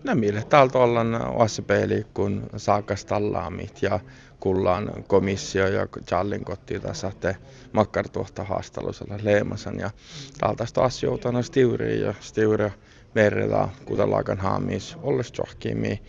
No mille täältä ollaan OSCP kun saakas tallaamit ja kullaan komissio ja Jallin kotiin tässä te makkartuohta haastelusella leemasan ja täältä asioita stiuriin ja stiuria merellä kuten laakan haamis olles johkimi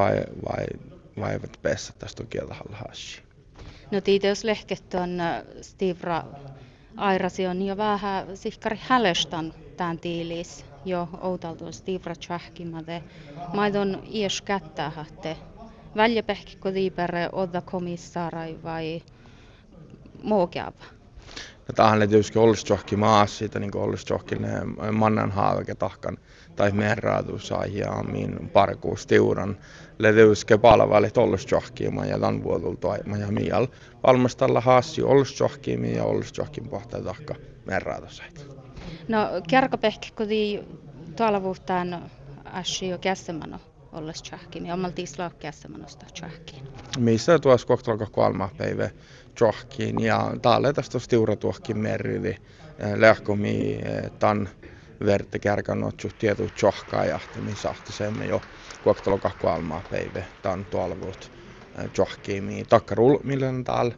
vai eivät pessä tästä kieltä hashi. No tiitä jos lehket on Stivra airasi on jo vähän sihkari hälestan tämän tiilis jo outaltu Stivra tjahkimade. Maidon ies kättää hatte. Väljäpehki kotiperre odda komissaarai vai muukeava? No tähän tietysti olisi johonkin maassa siitä, niin kuin olisi johonkin mannan haaveke tahkan tai merraatusaihjaamiin parkuus tiuran. Letyyske palvelit olisi johonkin ja tämän vuodulta ja miel. Valmistella haassi olisi johonkin ja olisi johonkin pohtaa tahka merraatusaita. No kärkäpehki koti tuolla vuhtaan äsken jo käsemano olles tjahkin. Ommalti islaa käsemanosta tjahkin. Missä tuossa kohtalka 3 päivä johonkin ja täällä tästä stiuratuohkin merrili lähkomi tan verte kärkän otsu tietu johkaa ja missä semme jo kohtalka 3 päivä tan tuolla vuot johonkin takkarul millen täällä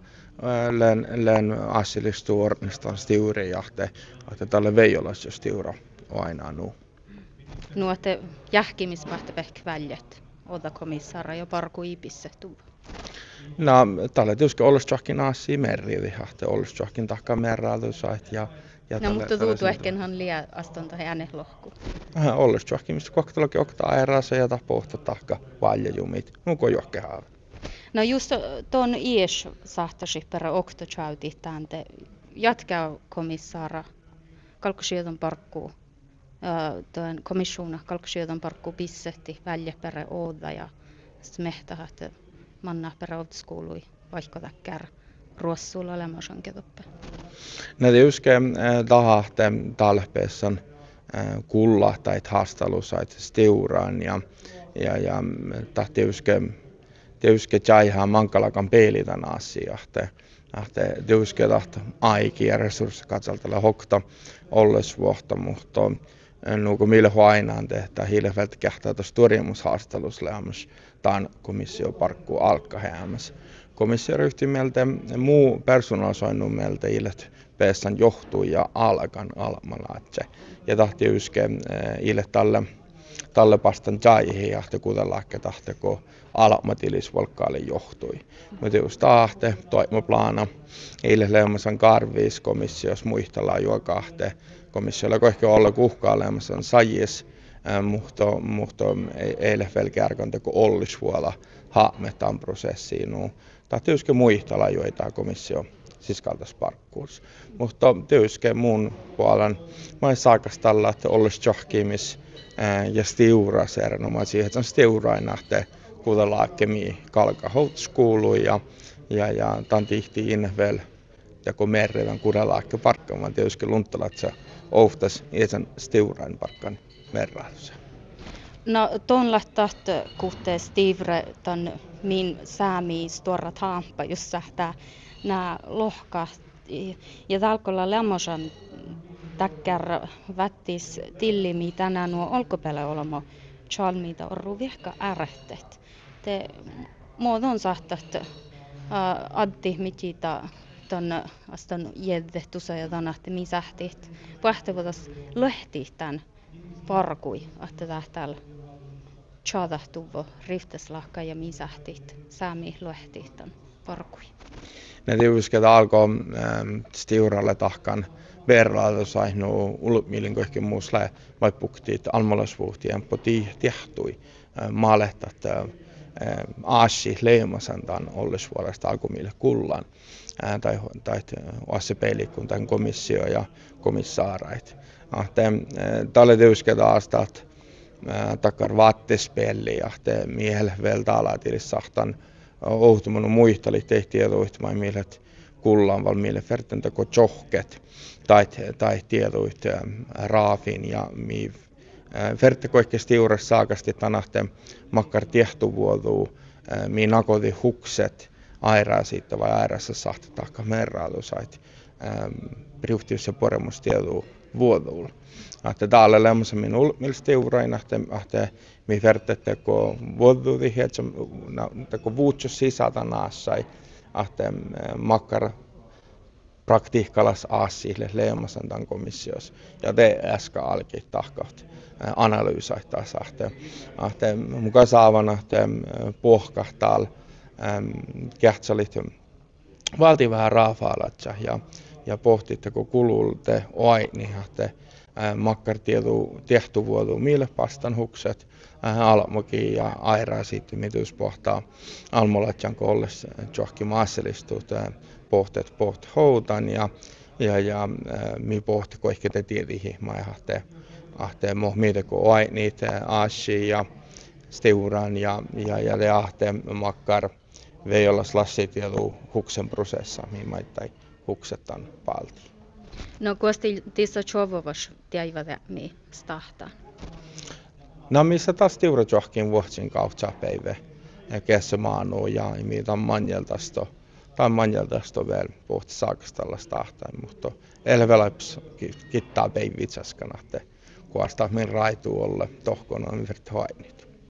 län assilistuornistan stiuri jahte että tälle veijolas jo stiura aina nu. Nuote jähkimispähtä pehk väljet. Ota komissaara jo parku ipissä tuu. No, tällä tietysti olisi johonkin asia merriili, että olisi johonkin takka merraatuisait ja no, mutta tuutu ehkenhan liian astonta hänen lohku. Olisi johonkin, mistä kohtalokin okta aerassa ja pohta takka valjajumit. Nuko johkehaa. No just tuon ies sahtasi perä okto chauti täänte jatkaa komissaara kalkosiodon parkku. Tuon komissiona kalkosiodon parkku pissetti väljeperä ooda ja smehtä, että manna perä outskuului vaikka täkkär ruossuulla olemasson ketuppe. Näitä yske tahahte talpeessan kulla tai haastelusait stiuraan ja tahti yske jaihaa mankalakan peilitän asiahte. Tiuske tahto aiki ja resurssikatsaltella hokta ollesvuohta, mutta nuuko mille huainaan tehtä hiilefältä kähtää tuossa turjemushaastelusleamus tämän komissio parkkuu alkkahäämässä. Komissio ryhtyi meiltä muu personalisoinnut meiltä illet peessan johtuu ja alkan almalaatse. Ja tahti yske ille tälle pastan jaihin ja kutelaakke tahteko almatilisvolkkaali johtui. Mutta just tahte toimaplaana ille leemasan karviis komissios muistellaan juokahte. Komissiolla ehkä olla kuhkailemassa sajis, mutta ei velkärkön teko ollisvuola haametaan prosessiin. Tahti yske muistella joita komissio siskaltas parkkuus. Mutta tietysti muun puolen mä en saakas tällä, että olisi johkimis ja stiura erinomaisia, että on stiuraina, että kuutelaakkemi kalka houtskulu ja tämän tihtiin vielä ja kun merrevän kuudelaakke parkkaan, vaan tietysti lunttalat se ohtas iäsen stiurain parkkaan merrailussa. No tuon lähtäht kuhtee Stivre ton min säämiis tuorat haampa, jos sähtää nää lohkaat. Ja talkolla lämmosan takkar vättis tillimi tänään nuo olkopäällä olemo chalmiita orru vihka ärehtet. Te muodon sahtat addi mitita ton aston jedehtusa ja tanahti mi sähtit. Pähtevotas löhti tän parkui, että tähtäällä chadahtuvo rifteslahka ja mi sähtit säämi löhti tän parkui. Ne tiuviskeita alkoi stiuralle tahkan verrailu sainu ulmilin kaikki muusle vai puktiit almolasvuhtien poti tihtui maalehtat aasi leemasan tämän ollisvuodesta alkumille kullan tai OSCP-liikkun tämän komissio ja komissaarait. Tälle tiuviskeita astat takkar vaattispelli ja miehelle vielä taalatilissahtan ohtumanut muistali tehtiin tietoihtuma mielet kullaan val miele fertentako johket tai tietoit raafin ja mi fertteko ehkä stiures saakasti tanahte makkar tiehtuvuoduu mi nakoti hukset airaa siitä vai airassa sahti tahka merrailusait priuhtius ja poremus tietuu vuoduulla. Että täällä lemmossa minun millä stiurain ahte mi vertette ko vuodudi hietsä ko vuutsus sisältä naassa ahte makkar praktiikkalas aasille leimasan tämän komissios ja te äsken alki tahkaut analyysaittaa ahte mukaan saavan ahte pohkahtaal kähtsalit valti vähän raafaalatsa ja pohtitte kun kululte oi niin ahte makkar tehty vuodu mille pastan hukset almoki ja airaa sitten mitys pohtaa almolatjan kolles johonkin maasselistut pohtet houtan ja mi pohti ko ehkä te tiedihi mä ahte mohmiite ko oi niitä aasi ja steuran ja te ahte makkar vei olla slassit ja huksen prosessa mihin maittai huksetan palti. No kuosti tissa chovovas tiaiva mi stahta. No missä taas tiura johonkin vuotsin kautta päivä ja kessämaanu ja mitä manjeltasto vielä pohti saakastalla stahtain, mutta elveläps kittaa päivitsäskana, että kuastaa min raituu olla tohkona on verta hainit.